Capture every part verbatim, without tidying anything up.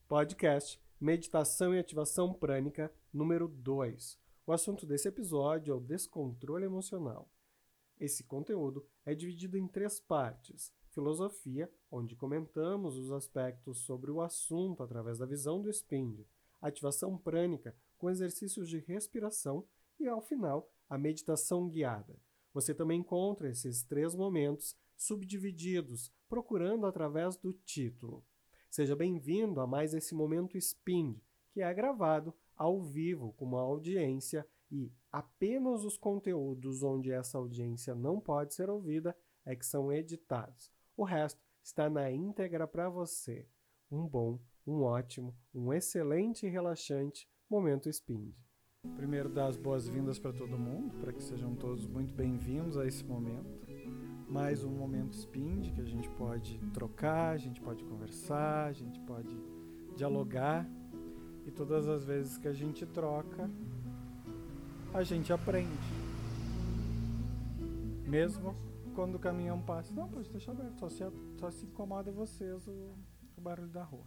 Podcast Meditação e Ativação Prânica número dois. O assunto desse episódio é o descontrole emocional. Esse conteúdo é dividido em três partes. Filosofia, onde comentamos os aspectos sobre o assunto através da visão do Spind. Ativação prânica, com exercícios de respiração. E, ao final, a meditação guiada. Você também encontra esses três momentos subdivididos, procurando através do título. Seja bem-vindo a mais esse Momento Spind, que é gravado ao vivo com uma audiência e apenas os conteúdos onde essa audiência não pode ser ouvida é que são editados. O resto está na íntegra para você. Um bom, um ótimo, um excelente e relaxante Momento Spind. Primeiro, dar as boas-vindas para todo mundo, para que sejam todos muito bem-vindos a esse momento. Mais um Momento Spind que a gente pode trocar, a gente pode conversar, a gente pode dialogar. E todas as vezes que a gente troca, a gente aprende. Mesmo quando o caminhão passa. Não, pode deixar aberto, só se, só se incomoda vocês o, o barulho da rua.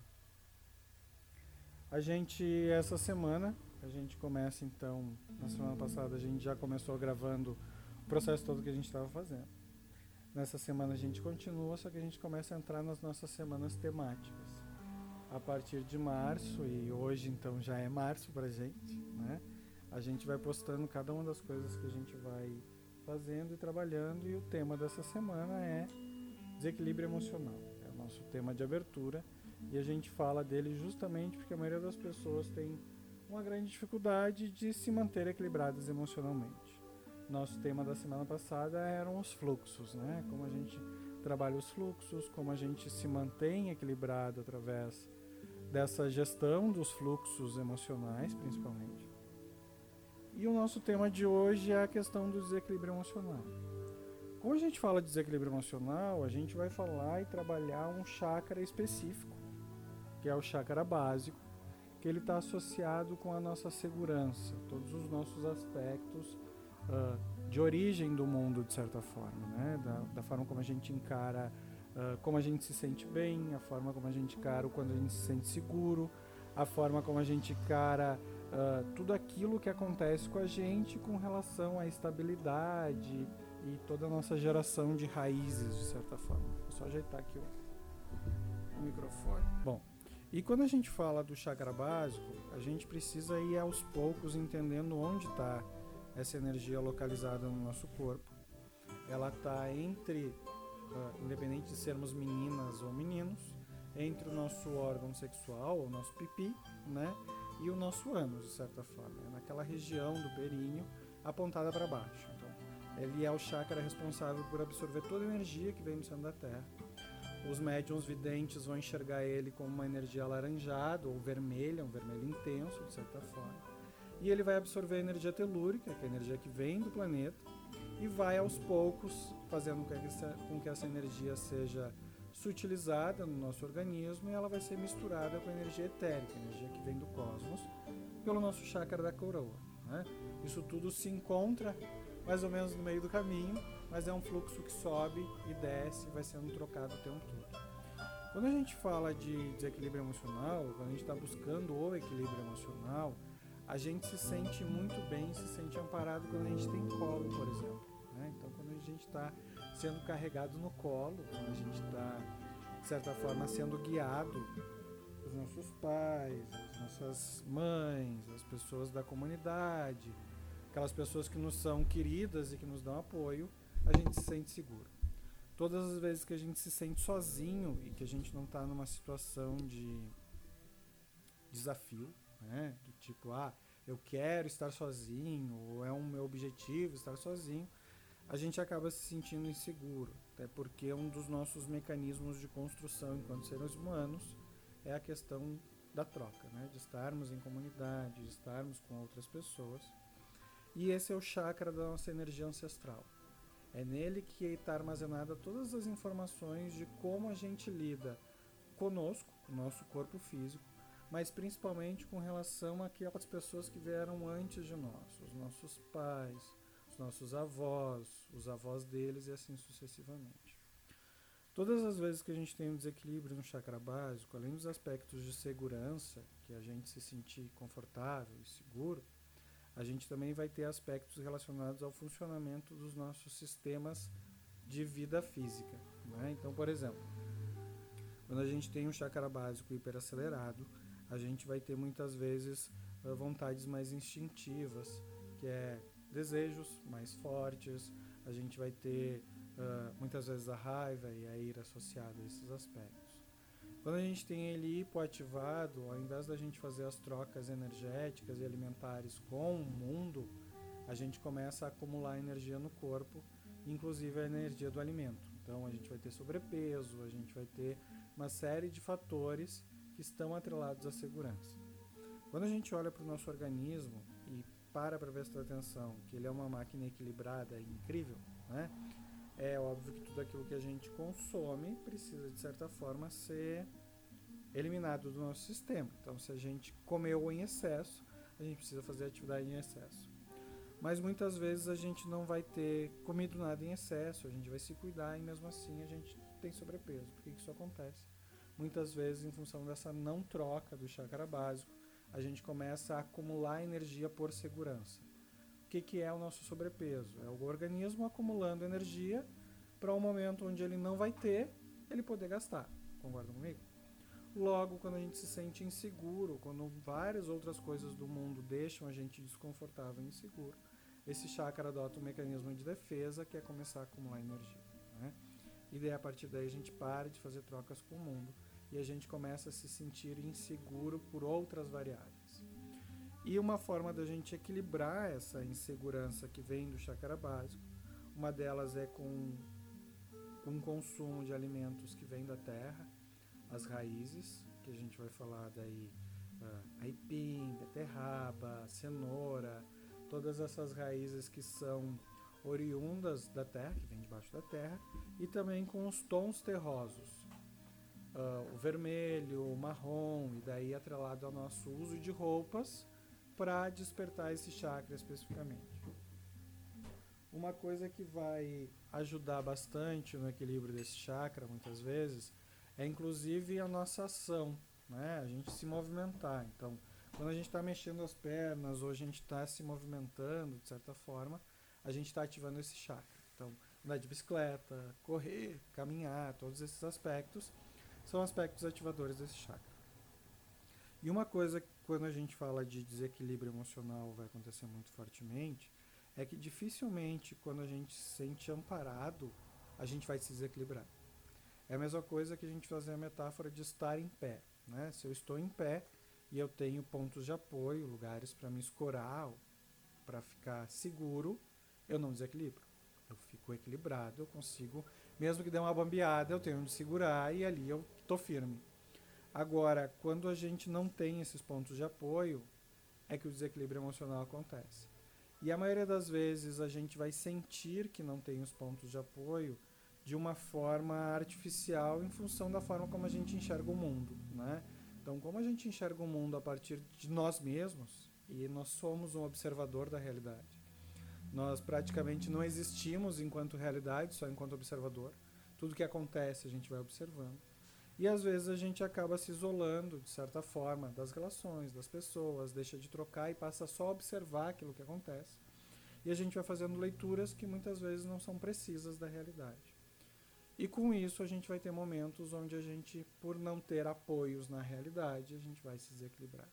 A gente, essa semana, a gente começa então, na semana passada a gente já começou gravando o processo todo que a gente estava fazendo. Nessa semana a gente continua, só que a gente começa a entrar nas nossas semanas temáticas. A partir de março, e hoje então já é março pra gente, né? A gente vai postando cada uma das coisas que a gente vai fazendo e trabalhando, e o tema dessa semana é desequilíbrio emocional. É o nosso tema de abertura, e a gente fala dele justamente porque a maioria das pessoas tem uma grande dificuldade de se manter equilibradas emocionalmente. Nosso tema da semana passada eram os fluxos, né? Como a gente trabalha os fluxos, como a gente se mantém equilibrado através dessa gestão dos fluxos emocionais, principalmente. E o nosso tema de hoje é a questão do desequilíbrio emocional. Quando a gente fala de desequilíbrio emocional, a gente vai falar e trabalhar um chakra específico, que é o chakra básico, que ele está associado com a nossa segurança, todos os nossos aspectos Uh, de origem do mundo, de certa forma, né? da, da forma como a gente encara, uh, como a gente se sente bem, a forma como a gente encara quando a gente se sente seguro, a forma como a gente encara uh, tudo aquilo que acontece com a gente com relação à estabilidade e toda a nossa geração de raízes, de certa forma. Vou só ajeitar aqui o, o microfone. Bom, e quando a gente fala do chakra básico, a gente precisa ir aos poucos entendendo onde está essa energia localizada no nosso corpo. Ela está entre, uh, independente de sermos meninas ou meninos, entre o nosso órgão sexual, o nosso pipi, né, e o nosso ânus, de certa forma. É naquela região do períneo apontada para baixo. Então, ele é o chakra responsável por absorver toda a energia que vem do centro da Terra. Os médiuns videntes vão enxergar ele como uma energia alaranjada ou vermelha, um vermelho intenso, de certa forma. E ele vai absorver a energia telúrica, que é a energia que vem do planeta, e vai aos poucos fazendo com que essa, com que essa energia seja sutilizada no nosso organismo, e ela vai ser misturada com a energia etérica, a energia que vem do cosmos, pelo nosso chakra da coroa, né? Isso tudo se encontra mais ou menos no meio do caminho, mas é um fluxo que sobe e desce e vai sendo trocado o tempo todo. Quando a gente fala de desequilíbrio emocional, quando a gente está buscando o equilíbrio emocional, a gente se sente muito bem, se sente amparado quando a gente tem colo, por exemplo, né? Então, quando a gente está sendo carregado no colo, quando a gente está, de certa forma, sendo guiado pelos nossos pais, as nossas mães, as pessoas da comunidade, aquelas pessoas que nos são queridas e que nos dão apoio, a gente se sente seguro. Todas as vezes que a gente se sente sozinho e que a gente não está numa situação de desafio, né? Do tipo, ah, eu quero estar sozinho, ou é um meu objetivo estar sozinho, a gente acaba se sentindo inseguro, até porque um dos nossos mecanismos de construção enquanto seres humanos é a questão da troca, né? De estarmos em comunidade, de estarmos com outras pessoas, e esse é o chakra da nossa energia ancestral. É nele que está armazenada todas as informações de como a gente lida conosco, o nosso corpo físico, mas principalmente com relação àquelas pessoas que vieram antes de nós, os nossos pais, os nossos avós, os avós deles e assim sucessivamente. Todas as vezes que a gente tem um desequilíbrio no chakra básico, além dos aspectos de segurança, que a gente se sentir confortável e seguro, a gente também vai ter aspectos relacionados ao funcionamento dos nossos sistemas de vida física, né? Então, por exemplo, quando a gente tem um chakra básico hiperacelerado, a gente vai ter muitas vezes uh, vontades mais instintivas, que é desejos mais fortes, a gente vai ter uh, muitas vezes a raiva e a ira associada a esses aspectos. Quando a gente tem ele hipoativado, ao invés da gente fazer as trocas energéticas e alimentares com o mundo, a gente começa a acumular energia no corpo, inclusive a energia do alimento. Então a gente vai ter sobrepeso, a gente vai ter uma série de fatores que estão atrelados à segurança. Quando a gente olha para o nosso organismo e para para prestar atenção que ele é uma máquina equilibrada e incrível, né? É óbvio que tudo aquilo que a gente consome precisa, de certa forma, ser eliminado do nosso sistema. Então, se a gente comeu em excesso, a gente precisa fazer atividade em excesso. Mas muitas vezes a gente não vai ter comido nada em excesso, a gente vai se cuidar e mesmo assim a gente tem sobrepeso. Por que isso acontece? Muitas vezes, em função dessa não troca do chakra básico, a gente começa a acumular energia por segurança. O que, que é o nosso sobrepeso? É o organismo acumulando energia para um momento onde ele não vai ter, ele poder gastar. Concordam comigo? Logo, quando a gente se sente inseguro, quando várias outras coisas do mundo deixam a gente desconfortável e inseguro, esse chakra adota um mecanismo de defesa que é começar a acumular energia, né? E daí, a partir daí a gente para de fazer trocas com o mundo e a gente começa a se sentir inseguro por outras variáveis. E uma forma da gente equilibrar essa insegurança que vem do chakra básico, uma delas é com um consumo de alimentos que vêm da terra, as raízes, que a gente vai falar daí, uh, aipim, beterraba, cenoura, todas essas raízes que são oriundas da terra, que vêm debaixo da terra, e também com os tons terrosos, uh, o vermelho, o marrom, e daí atrelado ao nosso uso de roupas, para despertar esse chakra especificamente. Uma coisa que vai ajudar bastante no equilíbrio desse chakra, muitas vezes, é inclusive a nossa ação, né? A gente se movimentar. Então, quando a gente está mexendo as pernas ou a gente está se movimentando, de certa forma, a gente está ativando esse chakra. Então, andar de bicicleta, correr, caminhar, todos esses aspectos são aspectos ativadores desse chakra. E uma coisa que quando a gente fala de desequilíbrio emocional vai acontecer muito fortemente, é que dificilmente quando a gente se sente amparado, a gente vai se desequilibrar. É a mesma coisa que a gente fazer a metáfora de estar em pé, né? Se eu estou em pé e eu tenho pontos de apoio, lugares para me escorar, para ficar seguro, eu não desequilibro. Eu fico equilibrado, eu consigo, mesmo que dê uma bambeada, eu tenho onde segurar e ali eu estou firme. Agora, quando a gente não tem esses pontos de apoio, é que o desequilíbrio emocional acontece. E a maioria das vezes a gente vai sentir que não tem os pontos de apoio de uma forma artificial em função da forma como a gente enxerga o mundo, né? Então, como a gente enxerga o mundo a partir de nós mesmos, e nós somos um observador da realidade, nós praticamente não existimos enquanto realidade, só enquanto observador. Tudo que acontece a gente vai observando. E às vezes a gente acaba se isolando, de certa forma, das relações, das pessoas, deixa de trocar e passa só a observar aquilo que acontece. E a gente vai fazendo leituras que muitas vezes não são precisas da realidade. E com isso a gente vai ter momentos onde a gente, por não ter apoios na realidade, a gente vai se desequilibrar.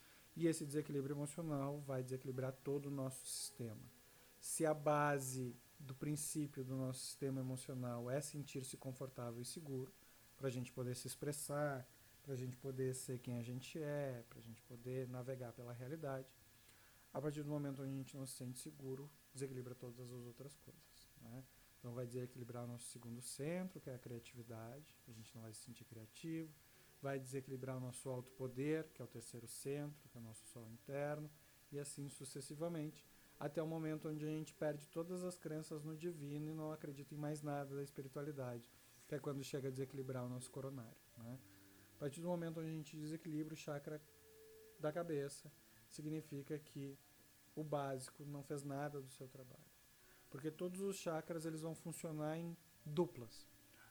E esse desequilíbrio emocional vai desequilibrar todo o nosso sistema. Se a base do princípio do nosso sistema emocional é sentir-se confortável e seguro, para a gente poder se expressar, para a gente poder ser quem a gente é, para a gente poder navegar pela realidade, a partir do momento onde a gente não se sente seguro, desequilibra todas as outras coisas, né? Então vai desequilibrar o nosso segundo centro, que é a criatividade, a gente não vai se sentir criativo, vai desequilibrar o nosso alto poder, que é o terceiro centro, que é o nosso sol interno, e assim sucessivamente, até o momento onde a gente perde todas as crenças no divino e não acredita em mais nada da espiritualidade, que é quando chega a desequilibrar o nosso coronário, né? A partir do momento onde a gente desequilibra o chakra da cabeça, significa que o básico não fez nada do seu trabalho. Porque todos os chakras eles vão funcionar em duplas.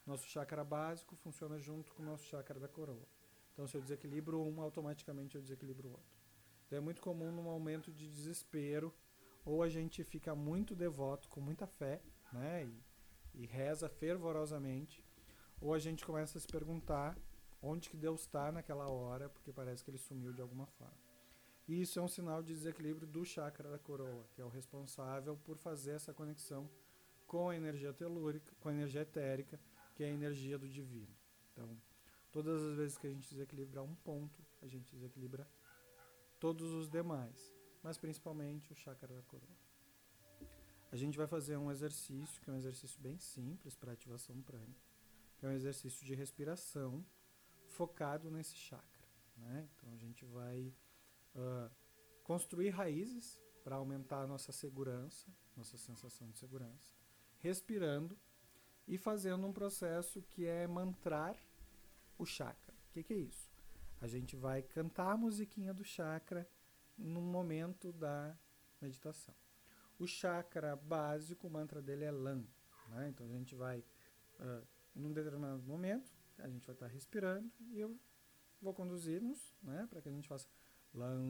Nosso chakra básico funciona junto com o nosso chakra da coroa. Então, se eu desequilibro um, automaticamente eu desequilibro o outro. Então, é muito comum num momento de desespero, ou a gente fica muito devoto, com muita fé, né, e, e reza fervorosamente, ou a gente começa a se perguntar onde que Deus está naquela hora, porque parece que ele sumiu de alguma forma. E isso é um sinal de desequilíbrio do chakra da coroa, que é o responsável por fazer essa conexão com a energia telúrica, com a energia etérica, que é a energia do divino. Então, todas as vezes que a gente desequilibra um ponto, a gente desequilibra todos os demais, mas principalmente o chakra da coroa. A gente vai fazer um exercício, que é um exercício bem simples para ativação prânica, que é um exercício de respiração focado nesse chakra, né? Então a gente vai uh, construir raízes para aumentar a nossa segurança, nossa sensação de segurança, respirando e fazendo um processo que é mantrar o chakra. O que, que é isso? A gente vai cantar a musiquinha do chakra no momento da meditação. O chakra básico, o mantra dele é Lam, né? Então a gente vai, uh, num determinado momento, a gente vai estar respirando e eu vou conduzir-nos, né, para que a gente faça Lam,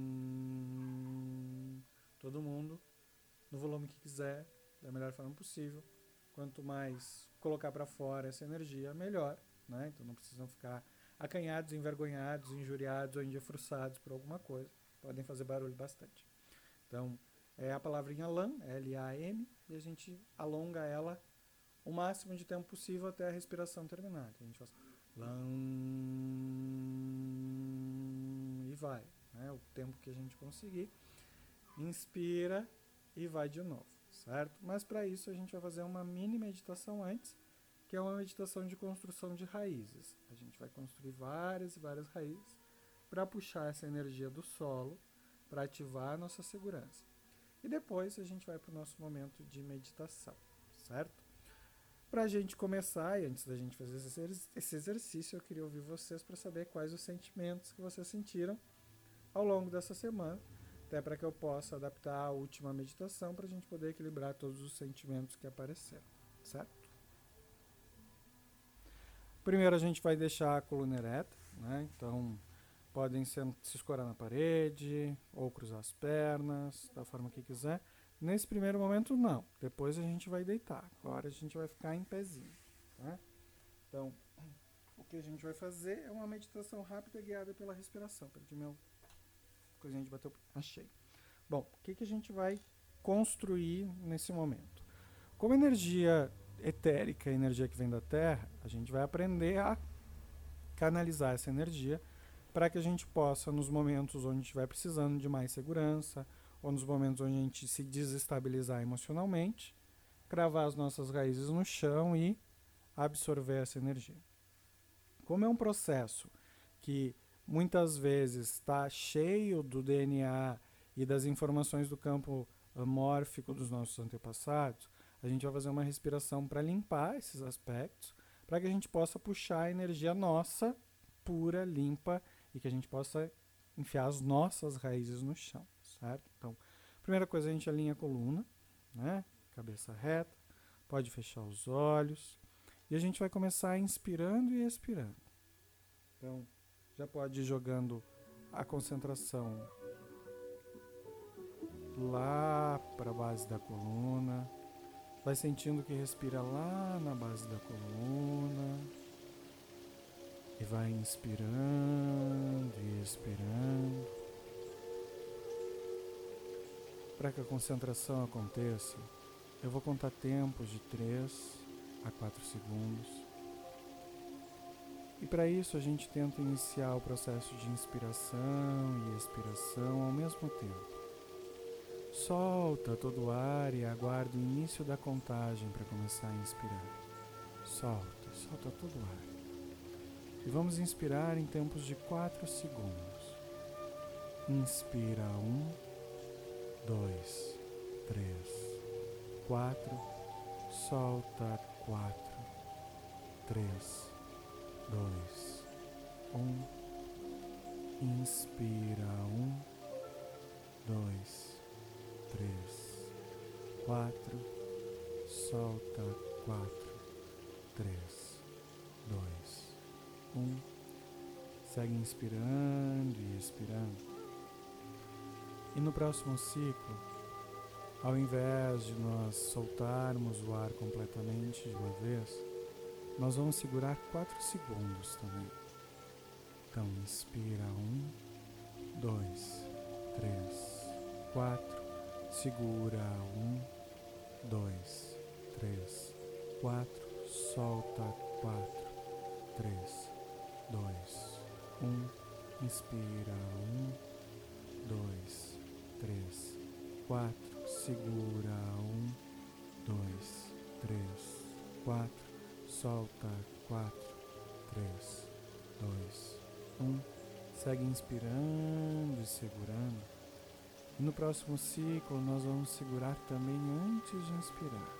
todo mundo, no volume que quiser, da melhor forma possível. Quanto mais colocar para fora essa energia, melhor, né? Então não precisam ficar acanhados, envergonhados, injuriados ou endifruçados por alguma coisa. Podem fazer barulho bastante. Então, é a palavrinha Lam, L A M, e a gente alonga ela o máximo de tempo possível até a respiração terminar. Então, a gente faz Lam e vai, né? O tempo que a gente conseguir. Inspira e vai de novo, certo? Mas para isso a gente vai fazer uma mini meditação antes, que é uma meditação de construção de raízes. A gente vai construir várias e várias raízes para puxar essa energia do solo, para ativar a nossa segurança. E depois a gente vai para o nosso momento de meditação, certo? Para a gente começar, e antes da gente fazer esse exercício, eu queria ouvir vocês para saber quais os sentimentos que vocês sentiram ao longo dessa semana, até para que eu possa adaptar a última meditação para a gente poder equilibrar todos os sentimentos que apareceram, certo? Primeiro a gente vai deixar a coluna ereta, né? Então podem se escorar na parede ou cruzar as pernas, da forma que quiser. Nesse primeiro momento não, depois a gente vai deitar, agora a gente vai ficar em pezinho, tá? Então, o que a gente vai fazer é uma meditação rápida guiada pela respiração. Perdi meu... coisinha de bater o... Achei. Bom, o que, que a gente vai construir nesse momento? Como energia etérica, energia que vem da Terra, a gente vai aprender a canalizar essa energia para que a gente possa, nos momentos onde a gente estiver precisando de mais segurança, ou nos momentos onde a gente se desestabilizar emocionalmente, cravar as nossas raízes no chão e absorver essa energia. Como é um processo que muitas vezes está cheio do D N A e das informações do campo mórfico dos nossos antepassados, a gente vai fazer uma respiração para limpar esses aspectos, para que a gente possa puxar a energia nossa, pura, limpa, e que a gente possa enfiar as nossas raízes no chão, certo? Então, primeira coisa, a gente alinha a coluna, né? Cabeça reta, pode fechar os olhos, e a gente vai começar inspirando e expirando. Então, já pode ir jogando a concentração lá para a base da coluna. Vai sentindo que respira lá na base da coluna. E vai inspirando e expirando. Para que a concentração aconteça, eu vou contar tempos de três a quatro segundos. E para isso a gente tenta iniciar o processo de inspiração e expiração ao mesmo tempo. Solta todo o ar e aguarda o início da contagem para começar a inspirar. Solta, solta todo o ar. E vamos inspirar em tempos de quatro segundos. Inspira um, dois, três, quatro. Solta quatro, três, dois, um. Inspira um, dois, três, quatro. Solta quatro, três, dois, um. Segue inspirando e expirando. E no próximo ciclo, ao invés de nós soltarmos o ar completamente de uma vez, nós vamos segurar quatro segundos também. Então, inspira um, dois, três, quatro. Segura um, dois, três, quatro. Solta quatro, três, dois, um. Inspira um, dois, três, quatro. Segura um, dois, três, quatro. Solta quatro, três, dois, um. Segue inspirando e segurando. E no próximo ciclo nós vamos segurar também antes de inspirar.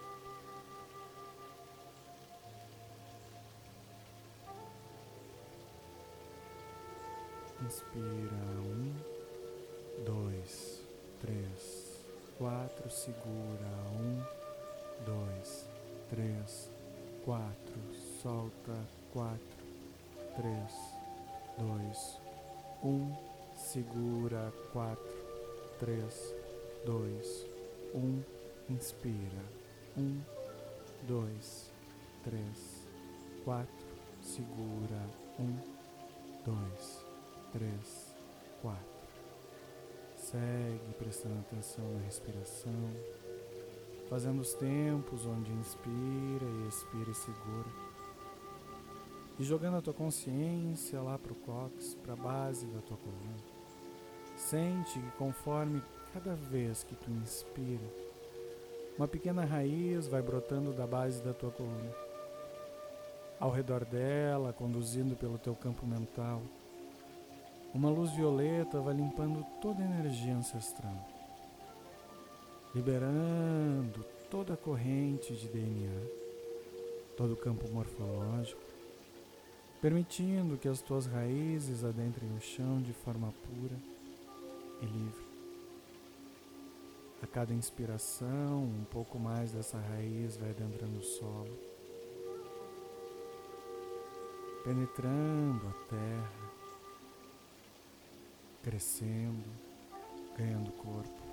Inspira um, dois, três, quatro. Segura um, dois, três, quatro. Solta quatro, três, dois, um. Segura quatro, três, dois, um. Inspira um, dois, três, quatro. Segura um, dois, três, quatro. Segue prestando atenção na respiração, fazendo os tempos onde inspira e expira e segura. E jogando a tua consciência lá para o cóccix, para a base da tua coluna. Sente que conforme cada vez que tu inspira, uma pequena raiz vai brotando da base da tua coluna. Ao redor dela, conduzindo pelo teu campo mental, uma luz violeta vai limpando toda a energia ancestral, liberando toda a corrente de D N A, todo o campo morfológico, permitindo que as tuas raízes adentrem o chão de forma pura e livre. A cada inspiração, um pouco mais dessa raiz vai adentrando o solo, penetrando a terra, crescendo, ganhando corpo.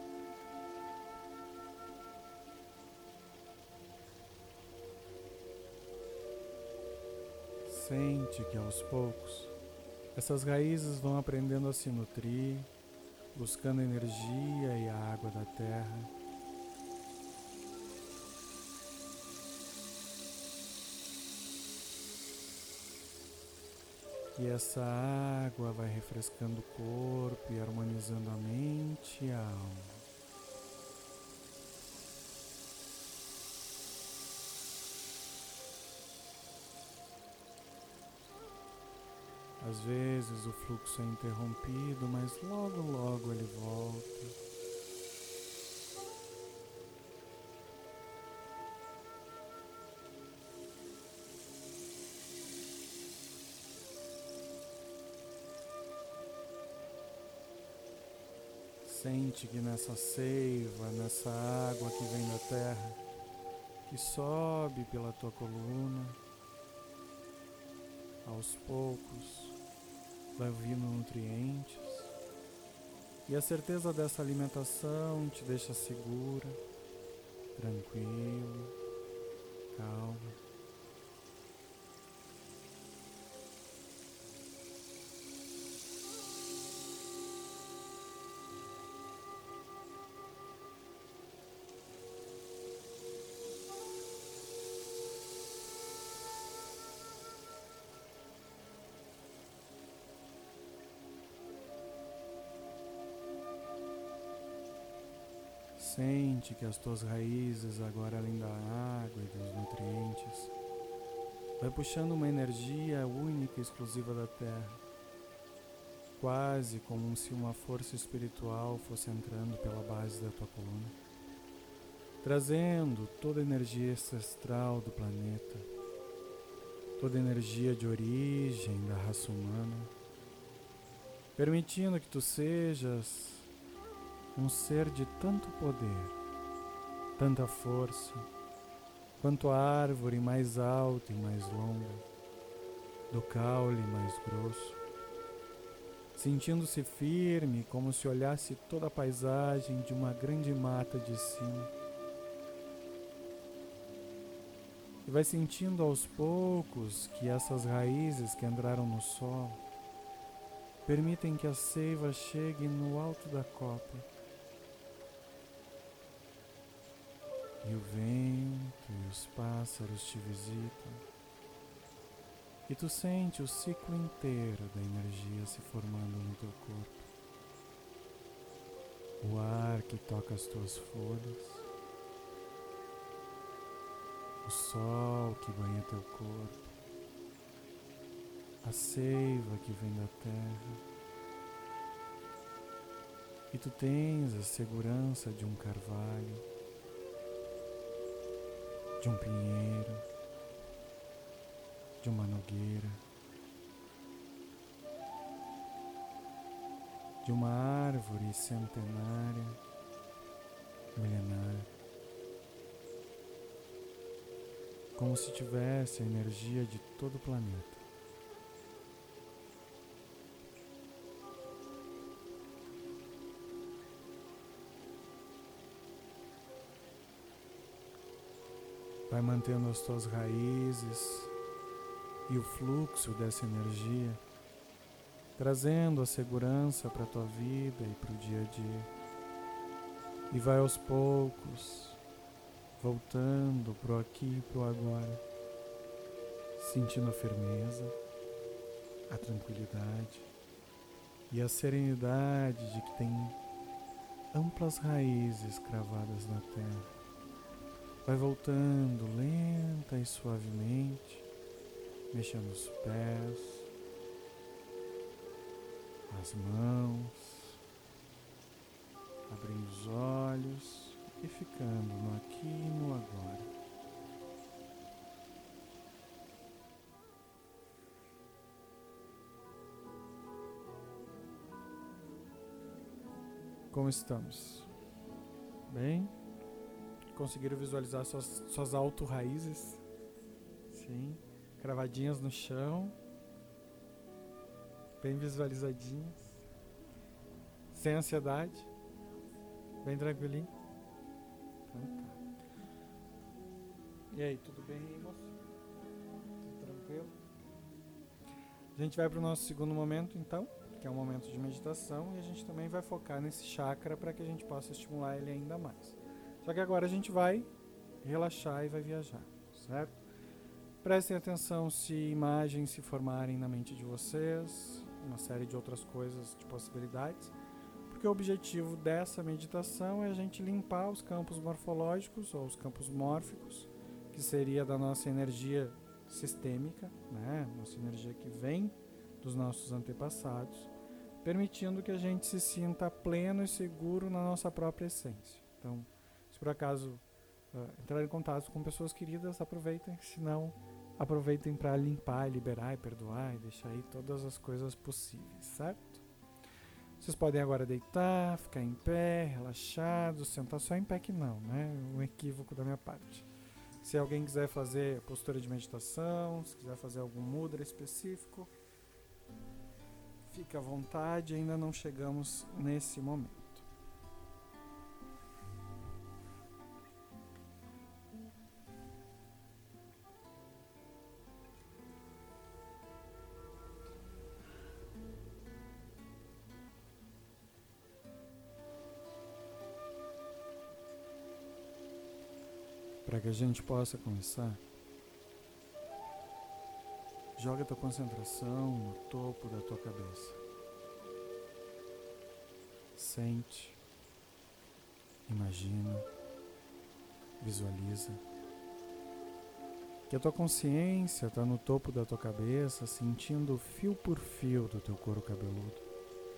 Sente que aos poucos essas raízes vão aprendendo a se nutrir, buscando a energia e a água da terra. E essa água vai refrescando o corpo e harmonizando a mente e a alma. Às vezes o fluxo é interrompido, mas logo, logo ele volta. Sente que nessa seiva, nessa água que vem da terra, que sobe pela tua coluna, aos poucos vai vindo nutrientes, e a certeza dessa alimentação te deixa segura, tranquilo, calmo. Sente que as tuas raízes, agora além da água e dos nutrientes, vai puxando uma energia única e exclusiva da terra, quase como se uma força espiritual fosse entrando pela base da tua coluna, trazendo toda a energia ancestral do planeta, toda a energia de origem da raça humana, permitindo que tu sejas um ser de tanto poder, tanta força, quanto a árvore mais alta e mais longa, do caule mais grosso, sentindo-se firme como se olhasse toda a paisagem de uma grande mata de cima. E vai sentindo aos poucos que essas raízes que entraram no solo permitem que a seiva chegue no alto da copa. E o vento e os pássaros te visitam. E tu sente o ciclo inteiro da energia se formando no teu corpo. O ar que toca as tuas folhas. O sol que banha teu corpo. A seiva que vem da terra. E tu tens a segurança de um carvalho, de um pinheiro, de uma nogueira, de uma árvore centenária, milenar, como se tivesse a energia de todo o planeta. Vai mantendo as tuas raízes e o fluxo dessa energia, trazendo a segurança para a tua vida e para o dia a dia. E vai aos poucos, voltando pro aqui e pro agora, sentindo a firmeza, a tranquilidade e a serenidade de que tem amplas raízes cravadas na terra. Vai voltando lenta e suavemente, mexendo os pés, as mãos, abrindo os olhos e ficando no aqui e no agora. Como estamos? Bem? Conseguiram visualizar suas, suas auto-raízes? Sim. Cravadinhas no chão. Bem visualizadinhas. Sem ansiedade. Bem tranquilinho. Então tá. E aí, tudo bem aí, moço? Tudo tranquilo? A gente vai para o nosso segundo momento, então, que é um momento de meditação, e a gente também vai focar nesse chakra para que a gente possa estimular ele ainda mais. Só que agora a gente vai relaxar e vai viajar, certo? Prestem atenção se imagens se formarem na mente de vocês, uma série de outras coisas, de possibilidades, porque o objetivo dessa meditação é a gente limpar os campos morfológicos ou os campos mórficos, que seria da nossa energia sistêmica, né? Nossa energia que vem dos nossos antepassados, permitindo que a gente se sinta pleno e seguro na nossa própria essência. Então, se por acaso uh, entrar em contato com pessoas queridas, aproveitem. Se não, aproveitem para limpar, liberar e perdoar e deixar aí todas as coisas possíveis, certo? Vocês podem agora deitar, ficar em pé, relaxados, sentar só em pé que não, né? Um equívoco da minha parte. Se alguém quiser fazer postura de meditação, se quiser fazer algum mudra específico, fique à vontade, ainda não chegamos nesse momento. Para que a gente possa começar, joga a tua concentração no topo da tua cabeça. Sente, imagina, visualiza que a tua consciência está no topo da tua cabeça, sentindo fio por fio do teu couro cabeludo.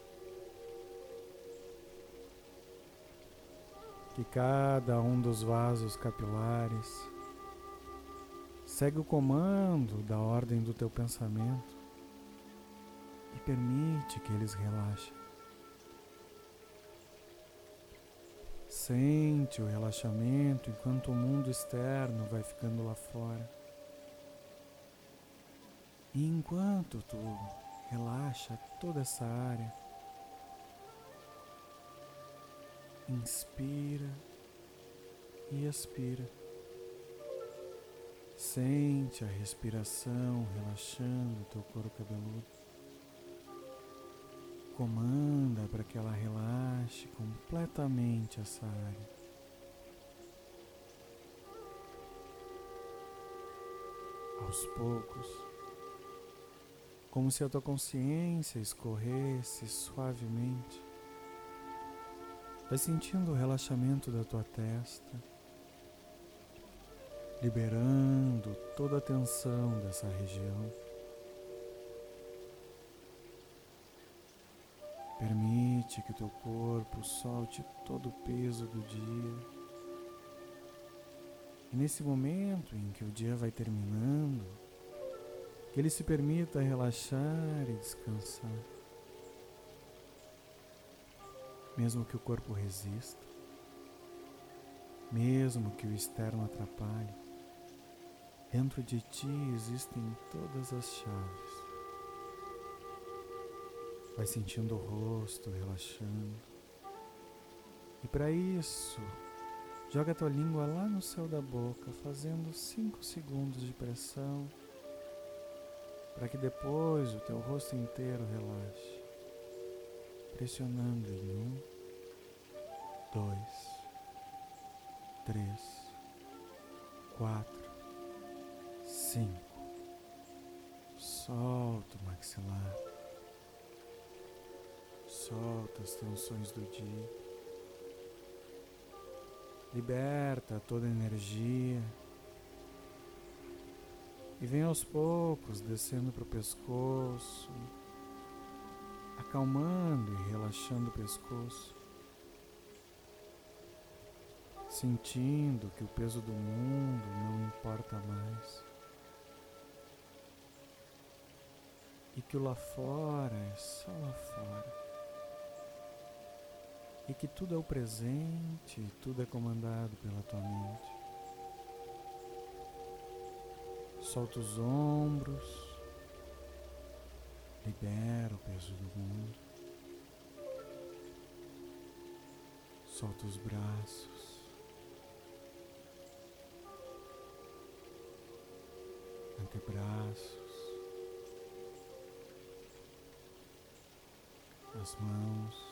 Que cada um dos vasos capilares segue o comando da ordem do teu pensamento e permite que eles relaxem. Sente o relaxamento enquanto o mundo externo vai ficando lá fora. E enquanto tu relaxa toda essa área, inspira e expira. Sente a respiração relaxando o teu couro cabeludo. Comanda para que ela relaxe completamente essa área. Aos poucos, como se a tua consciência escorresse suavemente, vai sentindo o relaxamento da tua testa, liberando toda a tensão dessa região. Permite que o teu corpo solte todo o peso do dia. E nesse momento em que o dia vai terminando, que ele se permita relaxar e descansar. Mesmo que o corpo resista, mesmo que o externo atrapalhe, dentro de ti existem todas as chaves. Vai sentindo o rosto relaxando. E para isso, joga a tua língua lá no céu da boca, fazendo cinco segundos de pressão, para que depois o teu rosto inteiro relaxe. Pressionando em um, dois, três, quatro, cinco. Solta o maxilar. Solta as tensões do dia. Liberta toda a energia. E vem aos poucos descendo para o pescoço, acalmando e relaxando o pescoço. Sentindo que o peso do mundo não importa mais. E que o lá fora é só lá fora. E que tudo é o presente e tudo é comandado pela tua mente. Solta os ombros, libera o peso do mundo. Solta os braços, antebraços, as mãos.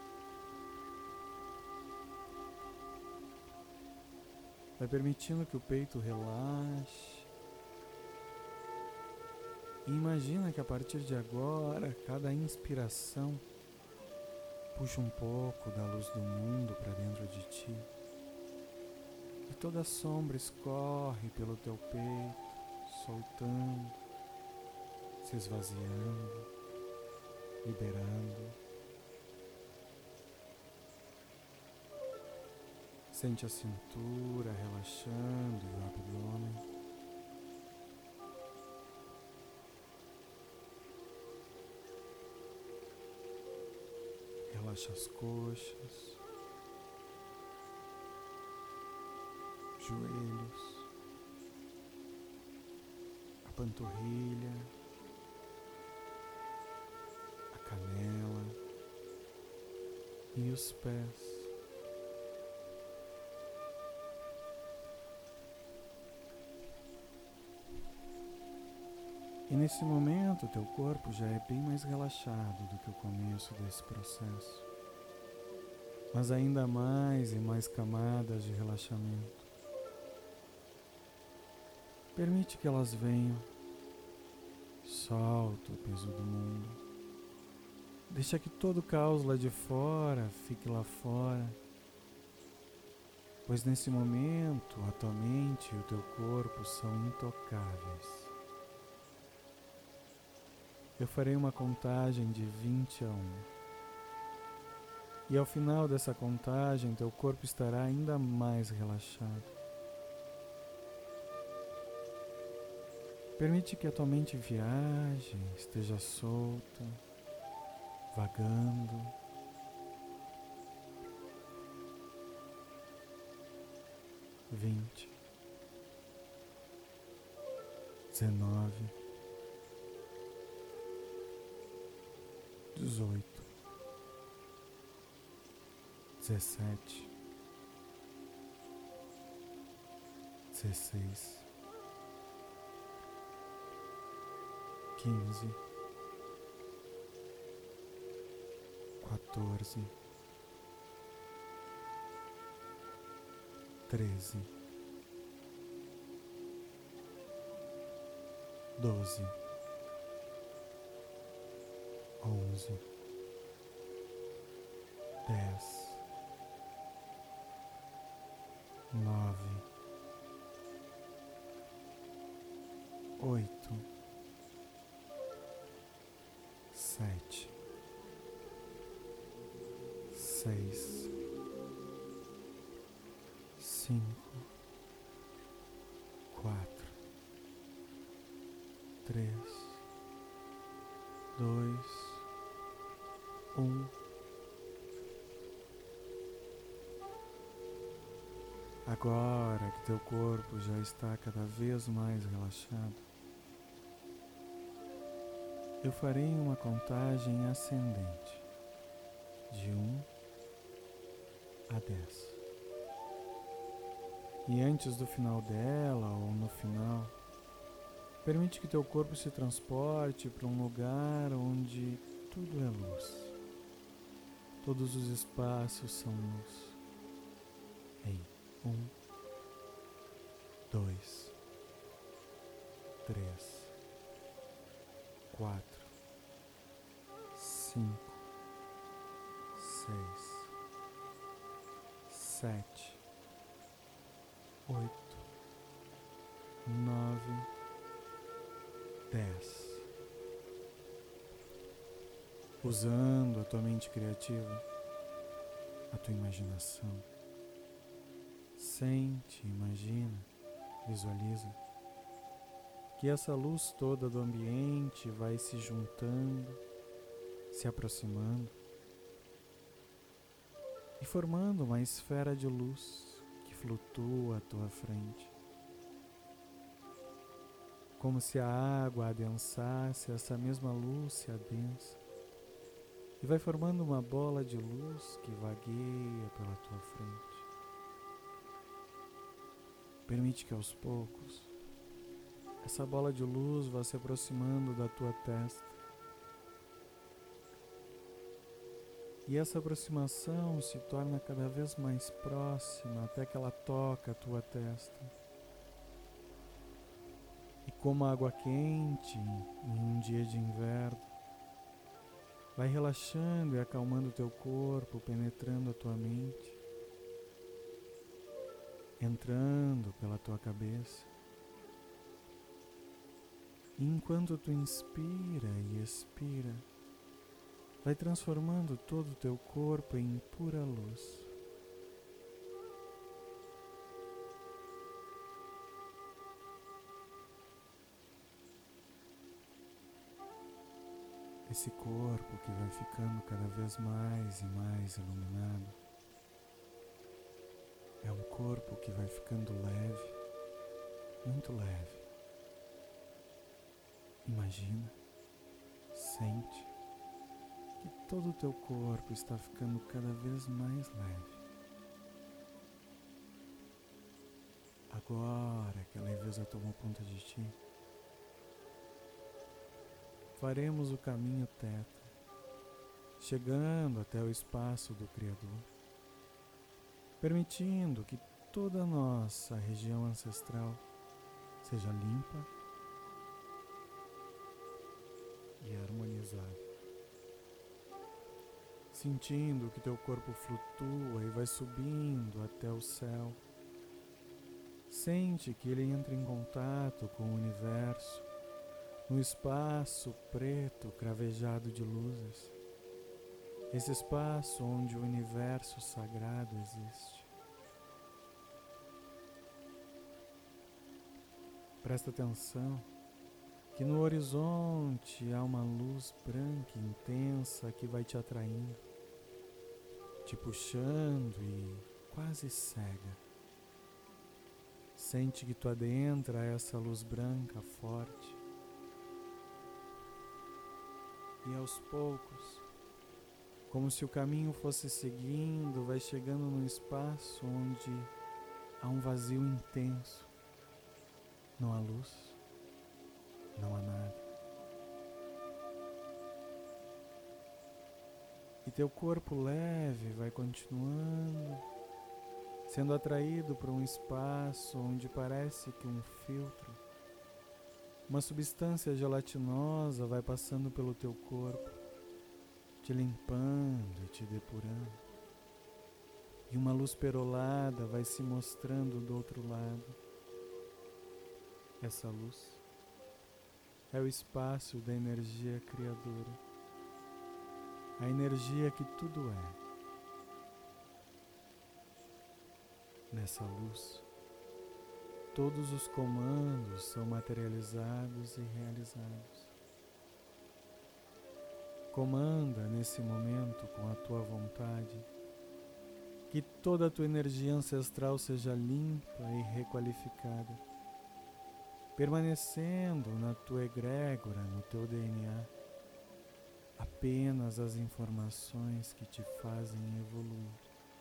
Vai permitindo que o peito relaxe. E imagina que a partir de agora, cada inspiração puxa um pouco da luz do mundo para dentro de ti. E toda a sombra escorre pelo teu peito, soltando, se esvaziando, liberando. Sente a cintura relaxando e o abdômen. Relaxa as coxas, joelhos, a panturrilha, a canela e os pés. E nesse momento o teu corpo já é bem mais relaxado do que o começo desse processo, mas ainda mais e mais camadas de relaxamento. Permite que elas venham, solta o peso do mundo, deixa que todo o caos lá de fora fique lá fora, pois nesse momento a tua mente e o teu corpo são intocáveis. Eu farei uma contagem de vinte a um. E ao final dessa contagem, teu corpo estará ainda mais relaxado. Permite que a tua mente viaje, esteja solta, vagando. vinte, dezenove, dezoito, dezessete, dezesseis, quinze, quatorze, treze, doze, onze, dez, nove, oito, sete, seis, cinco, quatro, três, dois, um. Agora que teu corpo já está cada vez mais relaxado, eu farei uma contagem ascendente de um a dez. E antes do final dela ou no final, permite que teu corpo se transporte para um lugar onde tudo é luz. Todos os espaços são luz. Em um, dois, três, quatro, cinco, seis, sete, oito, nove, dez. Usando a tua mente criativa, a tua imaginação, sente, imagina, visualiza que essa luz toda do ambiente vai se juntando, se aproximando e formando uma esfera de luz que flutua à tua frente. Como se a água adensasse, essa mesma luz se adensa e vai formando uma bola de luz que vagueia pela tua frente. Permite que aos poucos essa bola de luz vá se aproximando da tua testa. E essa aproximação se torna cada vez mais próxima até que ela toca a tua testa. E como a água quente em um dia de inverno, vai relaxando e acalmando o teu corpo, penetrando a tua mente, entrando pela tua cabeça. E enquanto tu inspira e expira, vai transformando todo o teu corpo em pura luz. Esse corpo que vai ficando cada vez mais e mais iluminado é um corpo que vai ficando leve, muito leve. Imagina, sente que todo o teu corpo está ficando cada vez mais leve. Agora que a leveza tomou conta de ti, faremos o caminho teta, chegando até o espaço do Criador, permitindo que toda a nossa região ancestral seja limpa e harmonizada. Sentindo que teu corpo flutua e vai subindo até o céu. Sente que ele entra em contato com o universo, no espaço preto cravejado de luzes. Esse espaço onde o universo sagrado existe. Presta atenção que no horizonte há uma luz branca intensa que vai te atraindo, te puxando e quase cega. Sente que tu adentra essa luz branca forte. E aos poucos, como se o caminho fosse seguindo, vai chegando num espaço onde há um vazio intenso. Não há luz, não há nada. E teu corpo leve vai continuando, sendo atraído para um espaço onde parece que um filtro, uma substância gelatinosa vai passando pelo teu corpo, te limpando e te depurando. E uma luz perolada vai se mostrando do outro lado. Essa luz é o espaço da energia criadora, a energia que tudo é. Nessa luz, todos os comandos são materializados e realizados. Comanda nesse momento com a tua vontade que toda a tua energia ancestral seja limpa e requalificada, permanecendo na tua egrégora, no teu D N A, apenas as informações que te fazem evoluir.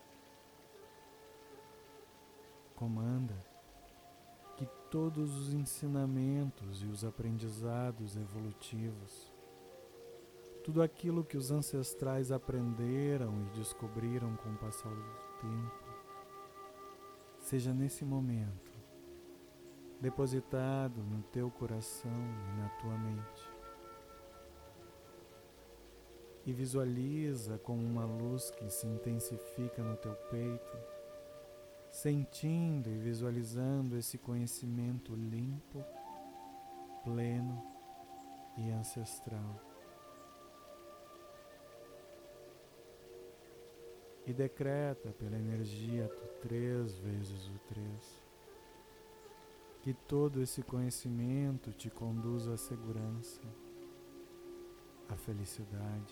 Comanda que todos os ensinamentos e os aprendizados evolutivos, tudo aquilo que os ancestrais aprenderam e descobriram com o passar do tempo, seja nesse momento depositado no teu coração e na tua mente. E visualiza como uma luz que se intensifica no teu peito, sentindo e visualizando esse conhecimento limpo, pleno e ancestral. E decreta pela energia do três vezes o três, que todo esse conhecimento te conduza à segurança, à felicidade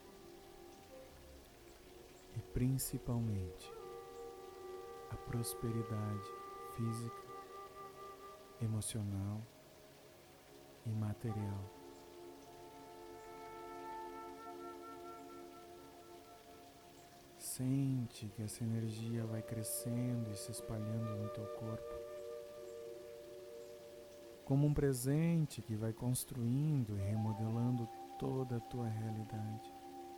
e principalmente à prosperidade física, emocional e material. Sente que essa energia vai crescendo e se espalhando no teu corpo, como um presente que vai construindo e remodelando toda a tua realidade.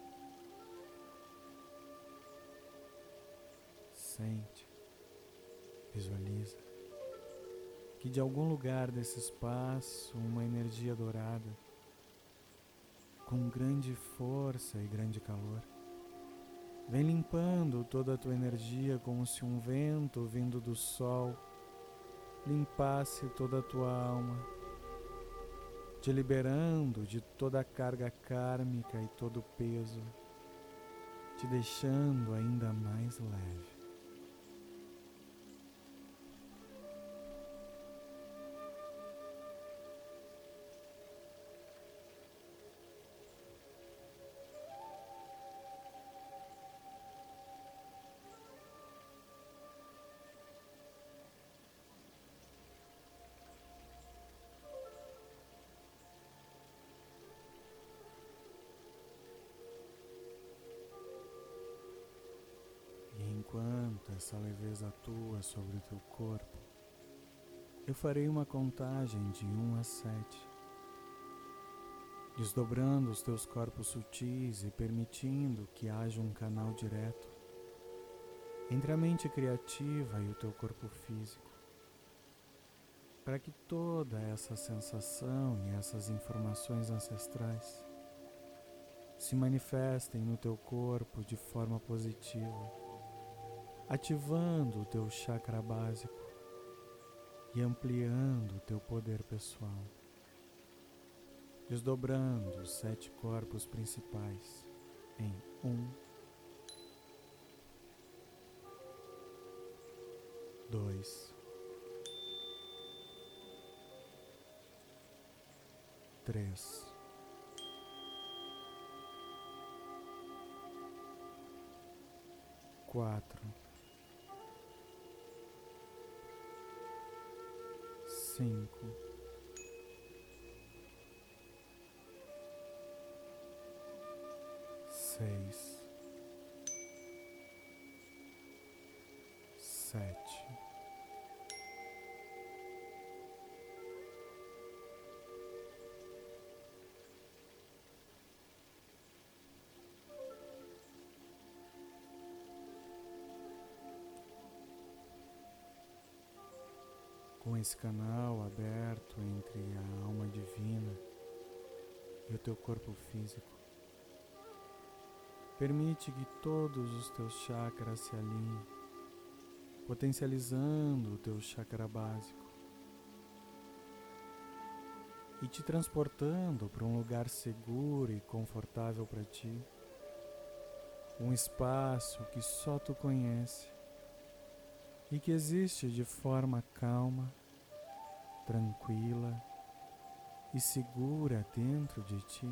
Sente, visualiza que de algum lugar desse espaço uma energia dourada, com grande força e grande calor, vem limpando toda a tua energia como se um vento vindo do sol limpasse toda a tua alma, te liberando de toda a carga kármica e todo o peso, te deixando ainda mais leve. Enquanto essa leveza atua sobre o teu corpo, eu farei uma contagem de um a sete, desdobrando os teus corpos sutis e permitindo que haja um canal direto entre a mente criativa e o teu corpo físico, para que toda essa sensação e essas informações ancestrais se manifestem no teu corpo de forma positiva, ativando o teu chakra básico e ampliando o teu poder pessoal, desdobrando os sete corpos principais em um, dois, três, quatro, cinco, seis, sete, com esse canal aberto entre a alma divina e o teu corpo físico, permite que todos os teus chakras se alinhem, potencializando o teu chakra básico e te transportando para um lugar seguro e confortável para ti, um espaço que só tu conhece e que existe de forma calma, tranquila e segura dentro de ti.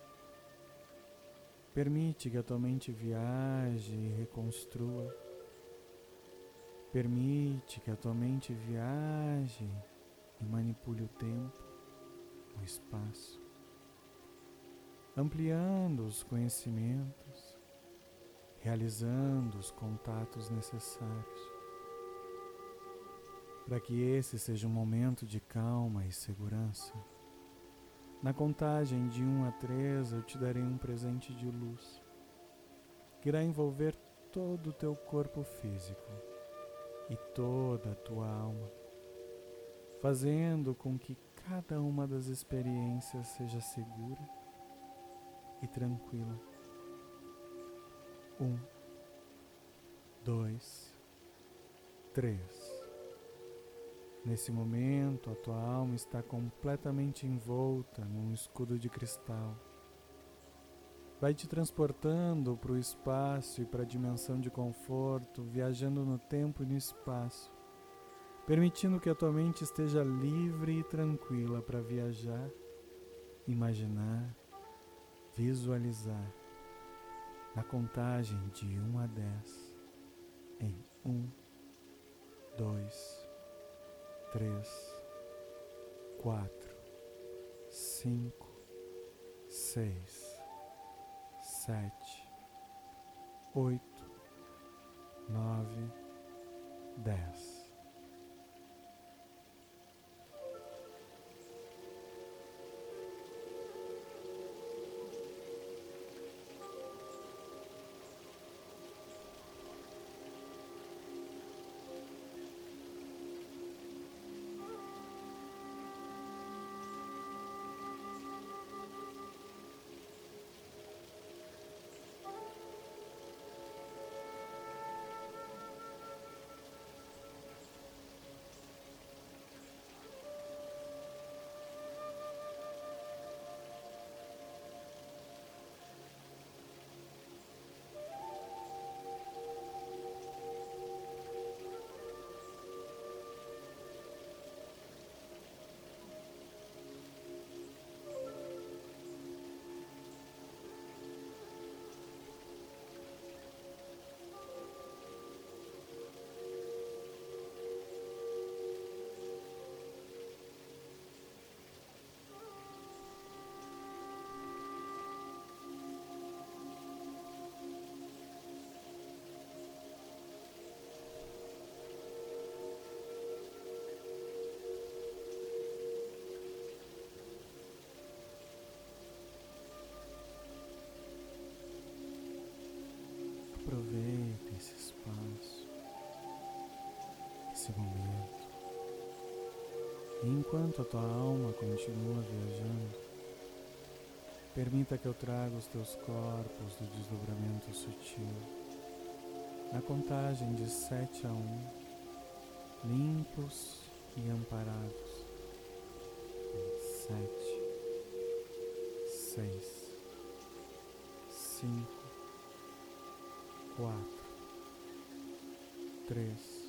Permite que a tua mente viaje e reconstrua. Permite que a tua mente viaje e manipule o tempo, o espaço, ampliando os conhecimentos, realizando os contatos necessários, para que esse seja um momento de calma e segurança. Na contagem de um a três, eu te darei um presente de luz, que irá envolver todo o teu corpo físico e toda a tua alma, fazendo com que cada uma das experiências seja segura e tranquila. Um, dois, três. Nesse momento, a tua alma está completamente envolta num escudo de cristal. Vai te transportando para o espaço e para a dimensão de conforto, viajando no tempo e no espaço, permitindo que a tua mente esteja livre e tranquila para viajar, imaginar, visualizar. Na contagem de um a dez, em um, dois, três, quatro, cinco, seis, sete, oito, nove, dez. Aproveita esse espaço, esse momento, e enquanto a tua alma continua viajando, permita que eu traga os teus corpos do desdobramento sutil, na contagem de sete a um, limpos e amparados. Sete, seis, cinco, quatro, três,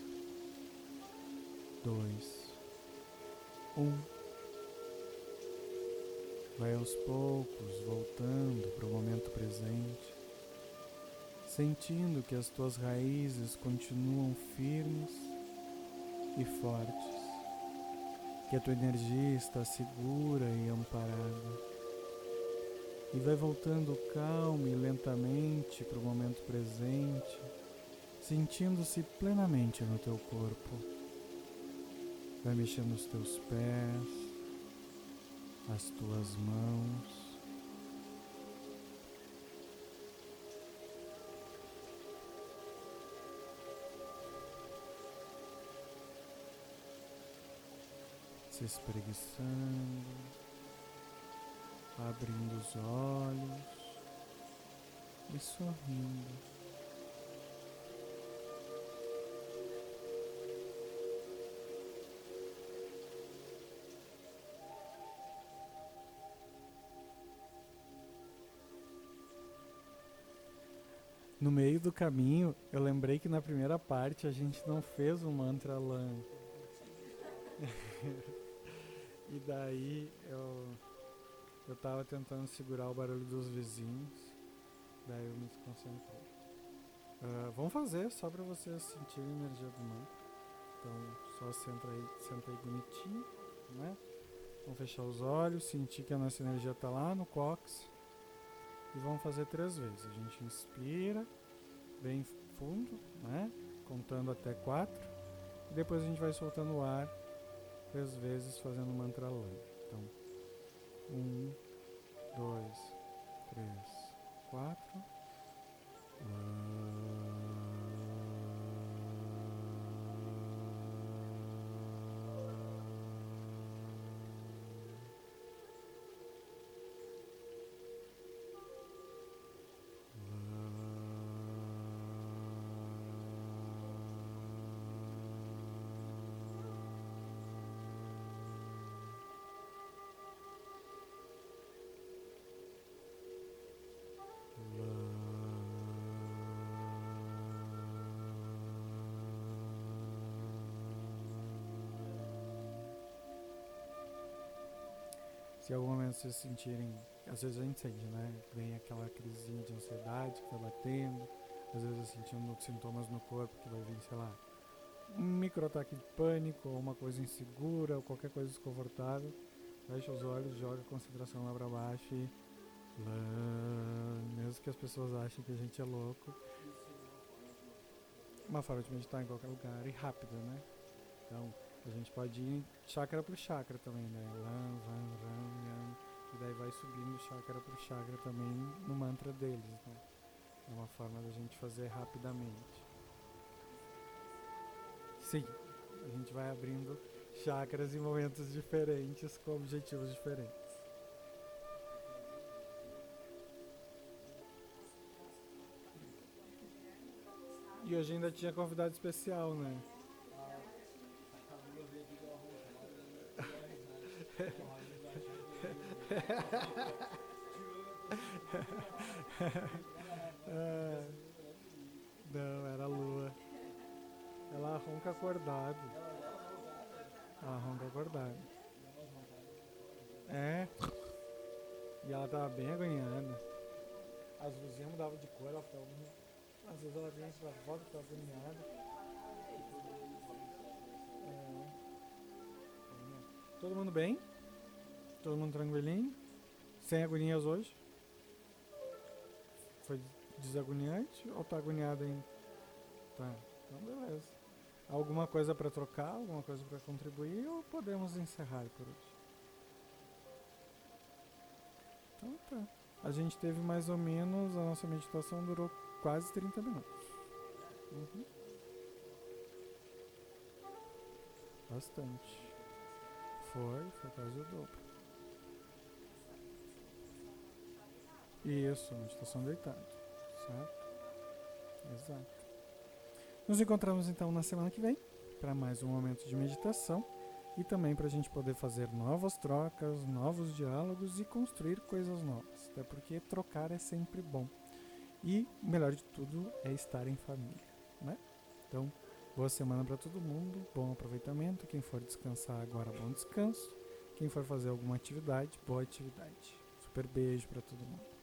dois, um. Vai aos poucos voltando para o momento presente, sentindo que as tuas raízes continuam firmes e fortes, que que a tua energia está segura e amparada. E vai voltando calmo e lentamente para o momento presente, sentindo-se plenamente no teu corpo. Vai mexendo os teus pés, as tuas mãos. Se espreguiçando, abrindo os olhos e sorrindo. No meio do caminho, eu lembrei que na primeira parte a gente não fez o mantra Lam. E daí eu, eu tava tentando segurar o barulho dos vizinhos, daí eu me desconcentrei. Uh, vamos fazer só pra vocês sentirem a energia do mantra. Então só senta aí, senta aí bonitinho, né? Vamos fechar os olhos, sentir que a nossa energia tá lá no cóccix. E vamos fazer três vezes. A gente inspira bem fundo, né? Contando até quatro. E depois a gente vai soltando o ar três vezes fazendo o mantra Lam. Então, um, dois, três, quatro. Lam. Se em algum momento vocês sentirem, às vezes a gente sente, né? Vem aquela crisinha de ansiedade que tá batendo, às vezes sentindo sintomas no corpo que vai vir, sei lá, um micro ataque de pânico, ou uma coisa insegura, ou qualquer coisa desconfortável. Fecha os olhos, joga a concentração lá pra baixo e... mesmo que as pessoas achem que a gente é louco. Uma forma de meditar em qualquer lugar e rápida, né? Então, a gente pode ir chakra por chakra também, né? Lam, Vam, Ram, Yam. E daí vai subindo chakra por chakra também no mantra deles, né? É uma forma da gente fazer rapidamente. Sim, a gente vai abrindo chakras em momentos diferentes com objetivos diferentes. E hoje ainda tinha convidado especial, né? Ah, não, era a lua. Ela ronca acordado. Ela ronca acordado. É. E ela tava bem agoniada. As luzinhas mudavam de cor, ela ficava... Às vezes ela vinha pra volta, ficava agoniada. É. Todo mundo bem? Todo mundo tranquilinho? Sem agonias hoje? Foi desagoniante ou tá agoniado ainda? Tá, então beleza. Alguma coisa para trocar, alguma coisa para contribuir ou podemos encerrar por hoje? Então tá. A gente teve mais ou menos, a nossa meditação durou quase trinta minutos. Uhum. Bastante. Foi, foi quase o dobro. Isso, meditação deitado, certo? Exato. Nos encontramos então na semana que vem para mais um momento de meditação e também para a gente poder fazer novas trocas, novos diálogos e construir coisas novas, até porque trocar é sempre bom. E o melhor de tudo é estar em família, né? Então, boa semana para todo mundo, bom aproveitamento. Quem for descansar agora, bom descanso. Quem for fazer alguma atividade, boa atividade. Super beijo para todo mundo.